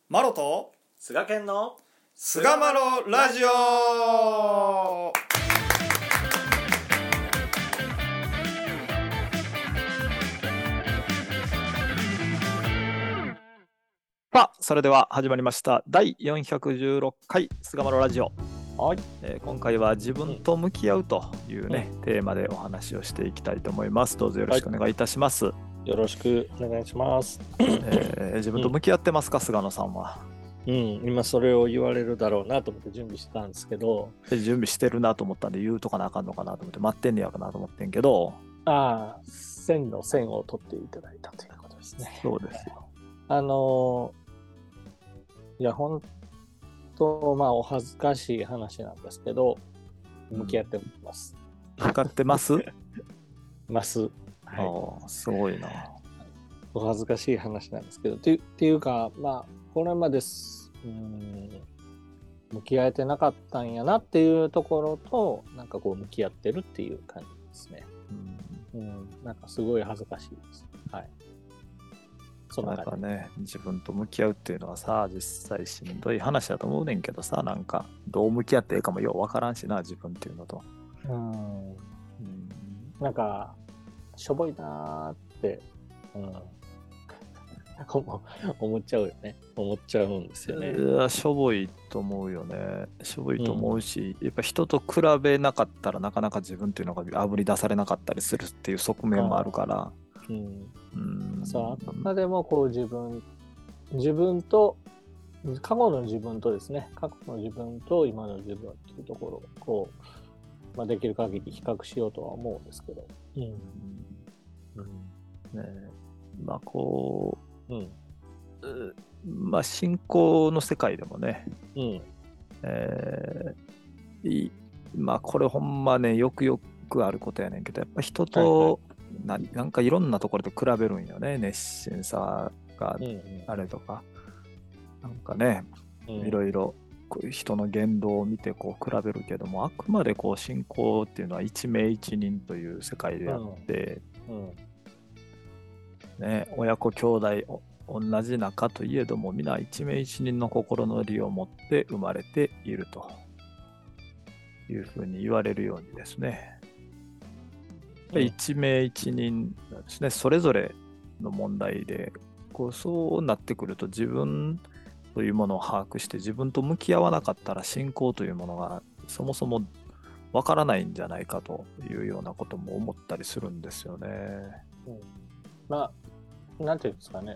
マロと菅健の菅マロラジオ。さあ、それでは始まりました第416回菅マロラジオ。 はい、 今回は自分と向き合うというね、テーマでお話をしていきたいと思います。どうぞよろしくお願いいたします。 よろしくお願いします。 自分と向き合ってますか、菅野さんは。 今それを言われるだろうなと思って準備してたんですけど、 準備してるなと思ったんで言うとかなあかんのかなと思って待ってんねやろなと思ってんけど、 線の線を取っていただいたということですね。 そうですよ。 いや本当お恥ずかしい話なんですけど、向き合ってます。 向かってますます。 はい、すごいな。 お恥ずかしい話なんですけど、っていうかこれまで向き合えてなかったんやなっていうところと、なんかこう向き合ってるっていう感じですね。なんかすごい恥ずかしいです。はい。そんな感じ。 なんかね、自分と向き合うっていうのはさ、実際しんどい話だと思うねんけどさ、なんかどう向き合っていいかもようわからんしな、自分っていうのと。 なんかしょぼいなーって、思っちゃうよね。思っちゃうんですよね。 しょぼいと思うよね。しょぼいと思うし、やっぱ人と比べなかったらなかなか自分っていうのがあぶり出されなかったりするっていう側面もあるから。 あくまでもこう自分と過去の自分とですね、過去の自分と今の自分っていうところをこう、できる限り比較しようとは思うんですけど、 信仰の世界でもね、これほんまね、よくあることやねんけど、やっぱ人と、なんかいろんなところと比べるんよね。熱心さがあれとか、なんかね、いろいろ人の言動を見てこう比べるけども、あくまでこう信仰っていうのは一命一人という世界であって、親子兄弟同じ仲といえども、皆一命一人の心の理を持って生まれているというふうに言われるようにですね、一命一人ですね、それぞれの問題でそうなってくると、自分というものを把握して自分と向き合わなかったら信仰というものがそもそもわからないんじゃないかというようなことも思ったりするんですよね。 なんていうんですかね、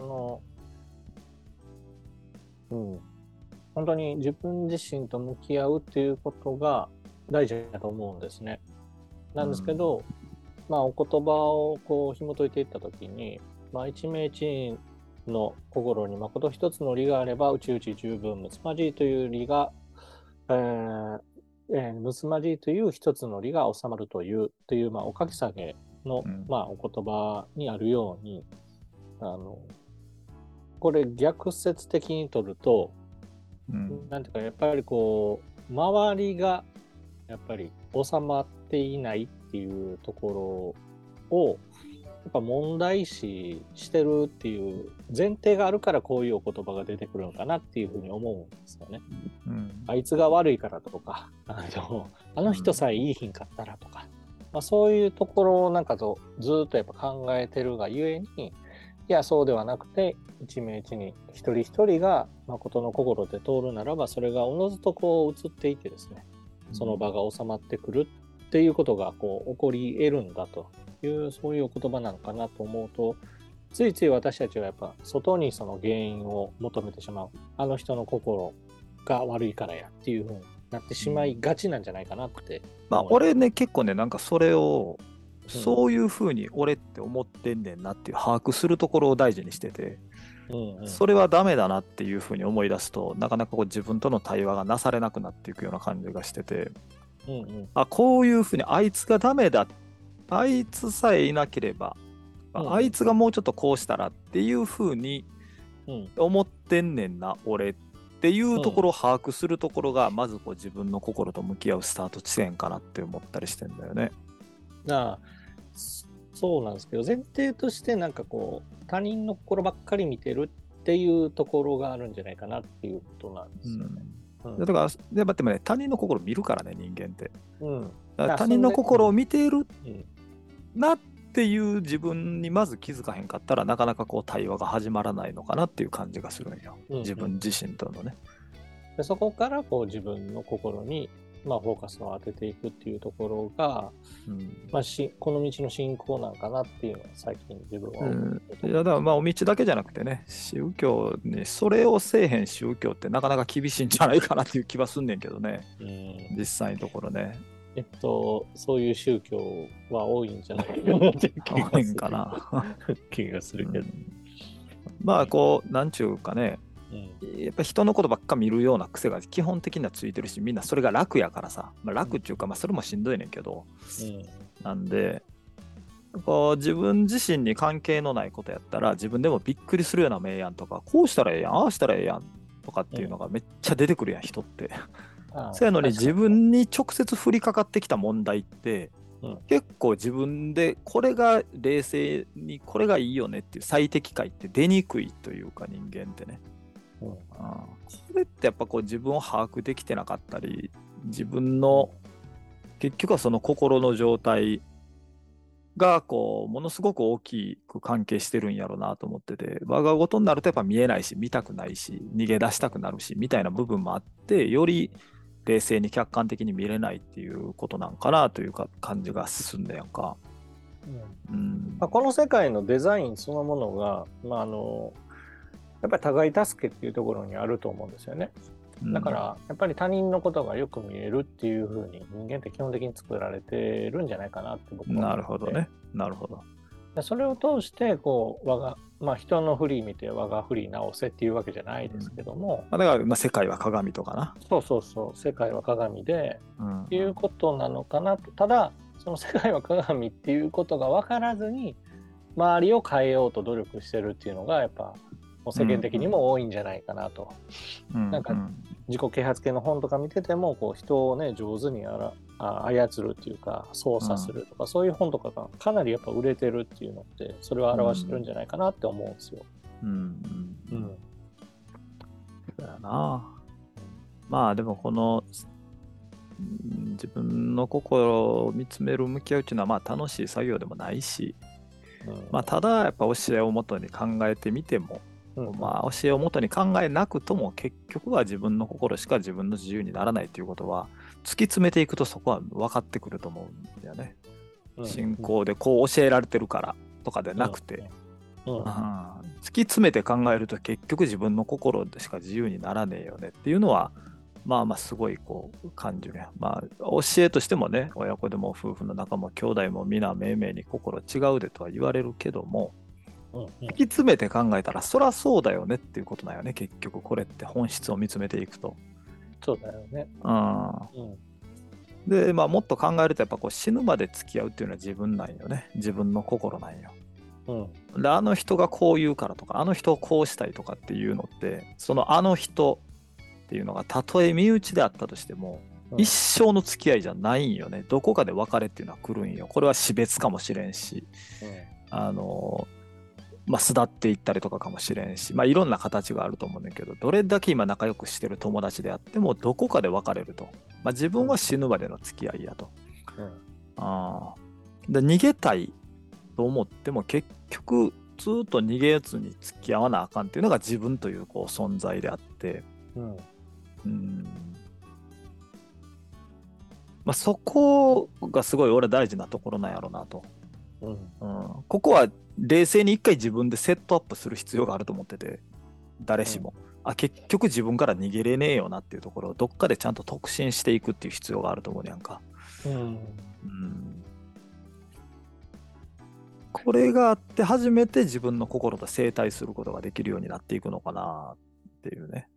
本当に自分自身と向き合うっていうことが大事だと思うんですね。なんですけど、お言葉をこう紐解いていったときに、一命一人の心に誠一つの理があれば、うちうち十分むつまじいという理が、むつまじいという一つの理が収まるという、お書き下げの、お言葉にあるように、これ逆説的に取ると、なんていうか、やっぱりこう周りがやっぱり収まっていないっていうところをやっぱ問題視してるっていう前提があるから、こういうお言葉が出てくるのかなっていうふうに思うんですよね。あいつが悪いからとか、あの人さえいいひんかったらとか、そういうところをなんかとずっとやっぱ考えてるがゆえに、いやそうではなくて、一名一人一人一人が誠の心で通るならば、それがおのずとこう移っていってですね、その場が収まってくるっていうことがこう起こり得るんだという、そういうお言葉なのかなと思うと、ついつい私たちはやっぱ外にその原因を求めてしまう、あの人の心が悪いからやっていうふうになってしまいがちなんじゃないかなって。 俺ね、結構ね、なんかそれをそういうふうに俺って思ってんねんなっていう把握するところを大事にしてて、それはダメだなっていうふうに思い出すと、なかなか自分との対話がなされなくなっていくような感じがしてて、こういうふうにあいつがダメだ、あいつさえいなければ、あいつがもうちょっとこうしたらっていうふうに思ってんねんな、俺っていうところを把握するところが、まず自分の心と向き合うスタート地点かなって思ったりしてんだよね。 そうなんですけど、前提としてなんかこう他人の心ばっかり見てるっっていうところがあるんじゃないかなっていうことなんですよね。 だからでもね、他人の心を見るからね、人間って。 だから他人の心を見ているなっていう自分にまず気づかへんかったら、なかなかこう対話が始まらないのかなっていう感じがするんよ、自分自身とのね。 でそこからこう自分の心にフォーカスを当てていくっていうところが、この道の信仰なんかなっていうのは最近自分は思ってて、 いやだからお道だけじゃなくてね、宗教にそれをせえへん宗教ってなかなか厳しいんじゃないかなっていう気はすんねんけどね、実際のところね。 そういう宗教は多いんじゃないかなっていう気がするけど、 まあこうなんちゅうかね、やっぱ人のことばっか見るような癖が基本的にはついてるし、みんなそれが楽やからさ、楽っていうかそれもしんどいねんけど、なんでこう自分自身に関係のないことやったら自分でもびっくりするような名案とか、こうしたらええやん、ああしたらええやんとかっていうのがめっちゃ出てくるやん、人って。そうやのに自分に直接降りかかってきた問題って、結構自分でこれが冷静にこれがいいよねっていう最適解って出にくいというか、人間ってね。これってやっぱこう自分を把握できてなかったり、自分の結局はその心の状態がこうものすごく大きく関係してるんやろうなと思ってて、我が事になるとやっぱ見えないし見たくないし逃げ出したくなるしみたいな部分もあって、より冷静に客観的に見れないっていうことなんかなというか感じが進んでやんか。 この世界のデザインそのものが、やっぱり互い助けっていうところにあると思うんですよね。だからやっぱり他人のことがよく見えるっていう風に人間って基本的に作られてるんじゃないかなって僕は思って。 なるほどね。なるほど。 それを通してこう人の振り見て我が振り直せっていうわけじゃないですけども、 だから世界は鏡とかな。 そう世界は鏡で、っていうことなのかなと。ただその世界は鏡っていうことが分からずに周りを変えようと努力してるっていうのがやっぱ世間的にも多いんじゃないかなと。なんか自己啓発系の本とか見ててもこう人をね上手に操るっていうか操作するとか、そういう本とかがかなりやっぱ売れてるっていうのってそれを表してるんじゃないかなって思うんですよ。 そうやな。まあでもこの自分の心を見つめる向き合うっていうのは楽しい作業でもないし、ただやっぱ教えをもとに考えてみても、教えをもとに考えなくとも結局は自分の心しか自分の自由にならないということは突き詰めていくとそこは分かってくると思うんだよね。信仰でこう教えられてるからとかでなくて、突き詰めて考えると結局自分の心でしか自由にならねえよねっていうのはすごいこう感じるやん。教えとしてもね、親子でも夫婦の仲も兄弟も皆命名に心違うでとは言われるけども、突き詰めて考えたらそらそうだよねっていうことだよね。結局これって本質を見つめていくと。 そうだよね。 でもっと考えるとやっぱこう死ぬまで付き合うっていうのは自分なんよね。自分の心なんよ。であの人がこう言うからとかあの人をこうしたいとかっていうのってそのあの人っていうのがたとえ身内であったとしても、一生の付き合いじゃないんよね。どこかで別れっていうのは来るんよ。これは死別かもしれんし、巣立っていったりとかかもしれんし、いろんな形があると思うんだけど、どれだけ今仲良くしてる友達であってもどこかで別れると。自分は死ぬまでの付き合いやと。で逃げたいと思っても結局ずっと逃げずに付き合わなあかんっていうのが自分というこう存在であって、そこがすごい俺大事なところなんやろうなと。ここは冷静に一回自分でセットアップする必要があると思ってて、誰しも、結局自分から逃げれねえよなっていうところをどっかでちゃんと特進していくっていう必要があると思うねやんか。これがあって初めて自分の心と整体することができるようになっていくのかなっていうね。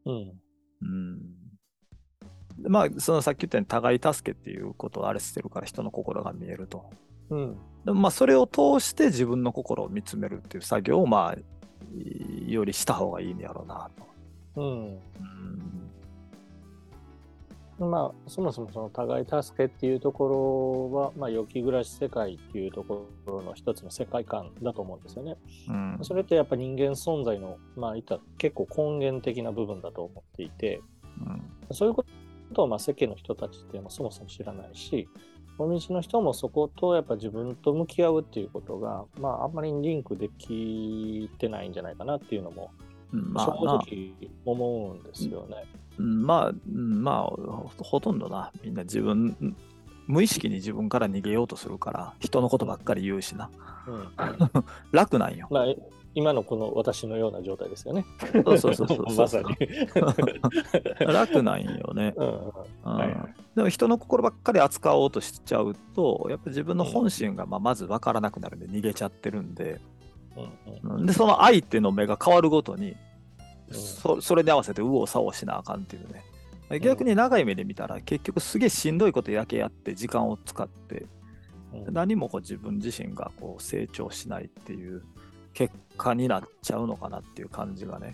そのさっき言ったように互い助けっていうことをあれしてるから人の心が見えると。でもそれを通して自分の心を見つめるっていう作業をよりした方がいいんやろうなと。 まあ、そもそもその互い助けっていうところは、まあ、良き暮らし世界っていうところの一つの世界観だと思うんですよね。それってやっぱ人間存在の、まあ、結構根源的な部分だと思っていて、そういうことをまあ世間の人たちっていうのはそもそも知らないし、お道の人もそことやっぱ自分と向き合うっていうことが、まあ、あんまりリンクできてないんじゃないかなっていうのも、正直思うんですよね。 まあ、ほとんどな、みんな無意識に自分から逃げようとするから、人のことばっかり言うしな。楽なんよ。 まあ、今のこの私のような状態ですよね。 そうまさに。 楽なんよね。でも人の心ばっかり扱おうとしちゃうと、やっぱ自分の本心がまず分からなくなるんで逃げちゃってるんで、で、その相手の目が変わるごとに、それに合わせて右往左往しなあかんっていうね。逆に長い目で見たら結局すげえしんどいことだけやって時間を使って、何も自分自身が成長しないっていう結果になっちゃうのかなっていう感じがね。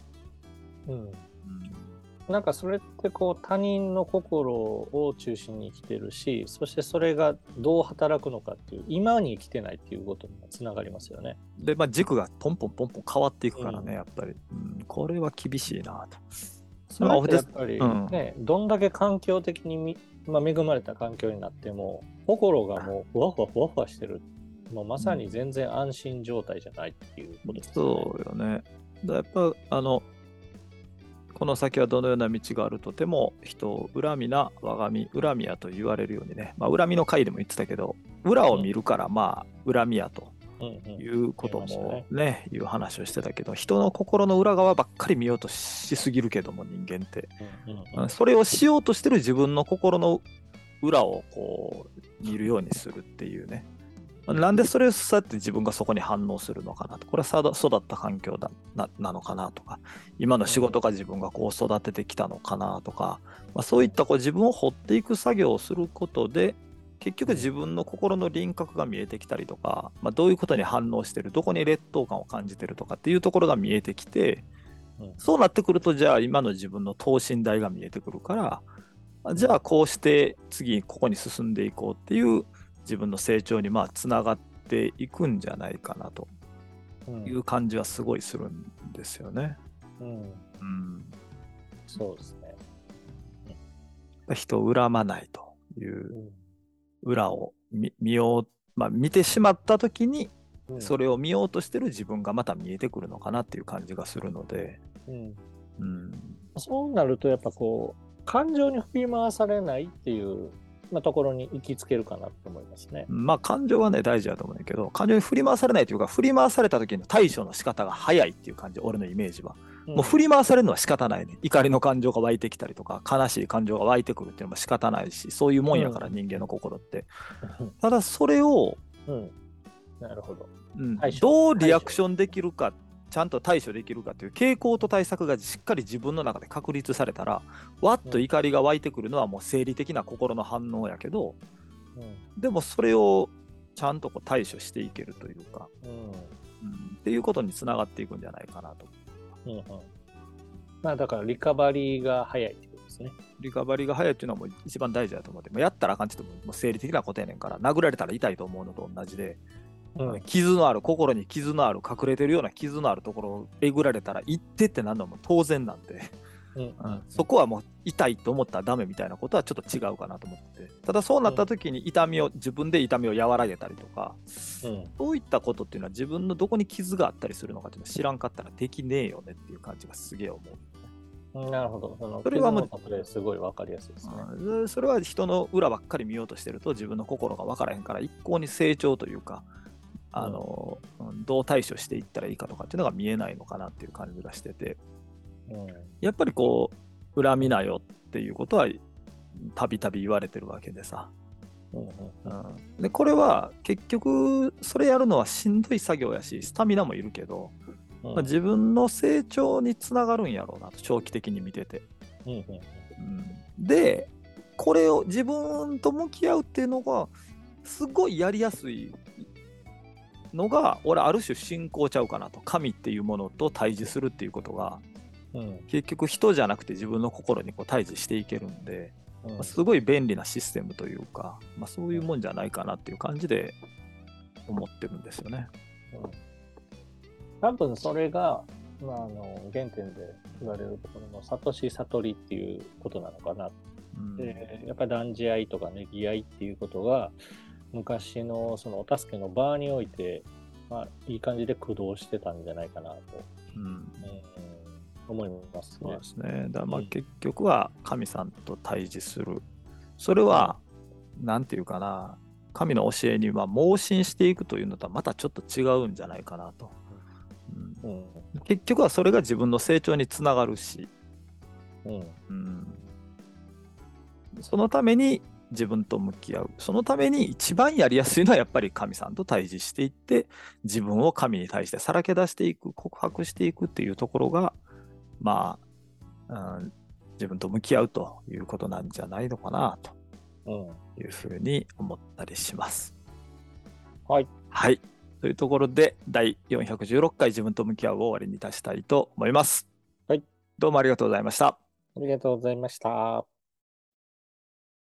なんかそれって他人の心を中心に生きてるし、そしてそれがどう働くのかっていう今に生きてないっていうことにもつながりますよね。 で、軸がポンポン変わっていくからね、やっぱり、これは厳しいなと。 それってやっぱりね、どんだけ環境的に恵まれた環境になっても心がもうふわふわしてる、もうまさに全然安心状態じゃないっていうことですね。 そうよね。やっぱこの先はどのような道があるとても人を恨みな我が身恨みやと言われるようにね、恨みの回でも言ってたけど、裏を見るから恨みやということもね、いう話をしてたけど、人の心の裏側ばっかり見ようとしすぎるけども、人間って、それをしようとしてる自分の心の裏を見るようにするっていうね。なんでそれをさって自分がそこに反応するのかなと。これは育った環境なのかなとか、今の仕事が自分が育ててきたのかなとか、そういった自分を掘っていく作業をすることで、結局自分の心の輪郭が見えてきたりとか、どういうことに反応してる、どこに劣等感を感じてるとかっていうところが見えてきて、そうなってくると、じゃあ今の自分の等身大が見えてくるから、じゃあこうして次ここに進んでいこうっていう自分の成長につながっていくんじゃないかなという感じはすごいするんですよね。 そうですね。 人を恨まないという裏を見てしまった時に、それを見ようとしてる自分がまた見えてくるのかなっていう感じがするので、 そうなるとやっぱ感情に振り回されないっていうところに行きつけるかなと思いますね。 感情はね大事だと思うんだけど、感情に振り回されないというか、振り回された時の対処の仕方が早いっていう感じ、俺のイメージは。もう振り回されるのは仕方ないね。怒りの感情が湧いてきたりとか、悲しい感情が湧いてくるっていうのも仕方ないし、そういうもんやから、人間の心って。ただそれを、 なるほど。 どうリアクションできるか、ちゃんと対処できるかという傾向と対策がしっかり自分の中で確立されたら、わっと怒りが湧いてくるのはもう生理的な心の反応やけど、でもそれをちゃんと対処していけるというか、っていうことにつながっていくんじゃないかなと。 だからリカバリーが早いってことですね。 リカバリーが早いっていうのはもう一番大事だと思って、やったらあかんって言ってももう生理的なことやねんから、殴られたら痛いと思うのと同じで、心に傷のある、隠れてるような傷のあるところをえぐられたら行ってってなんのも当然なんで、そこはもう痛いと思ったらダメみたいなことはちょっと違うかなと思ってて、ただそうなった時に自分で痛みを和らげたりとか、そういったことっていうのは自分のどこに傷があったりするのかっていうのを知らんかったらできねえよねっていう感じがすげえ思う。 なるほど。それはもうすごい分かりやすいですね。 それは人の裏ばっかり見ようとしてると自分の心が分からへんから、一向に成長というか、どう対処していったらいいかとかっていうのが見えないのかなっていう感じがしてて、やっぱり恨みなよっていうことはたびたび言われてるわけでさ、でこれは結局それやるのはしんどい作業やしスタミナもいるけど、自分の成長につながるんやろうなと、長期的に見てて、でこれを自分と向き合うっていうのがすごいやりやすいのが、俺ある種信仰ちゃうかなと。神っていうものと対峙するっていうことが、結局人じゃなくて自分の心に対峙していけるんで、 すごい便利なシステムというか、そういうもんじゃないかなっていう感じで思ってるんですよね。 多分それが、原点で言われるところの悟し悟りっていうことなのかな。でやっぱり断じ合いとかねぎ合いっていうことが昔のそのお助けの場において、いい感じで駆動してたんじゃないかなと、思いますね。 そうですね。だから結局は神さんと対峙する。それは、なんていうかな、神の教えには盲信していくというのとはまたちょっと違うんじゃないかなと。結局はそれが自分の成長につながるし、そのために自分と向き合う。そのために一番やりやすいのはやっぱり神さんと対峙していって、自分を神に対してさらけ出していく、告白していくっていうところが、自分と向き合うということなんじゃないのかなというふうに思ったりします。はい。というところで第416回自分と向き合うを終わりにいたしたいと思います。どうもありがとうございました。 ありがとうございました。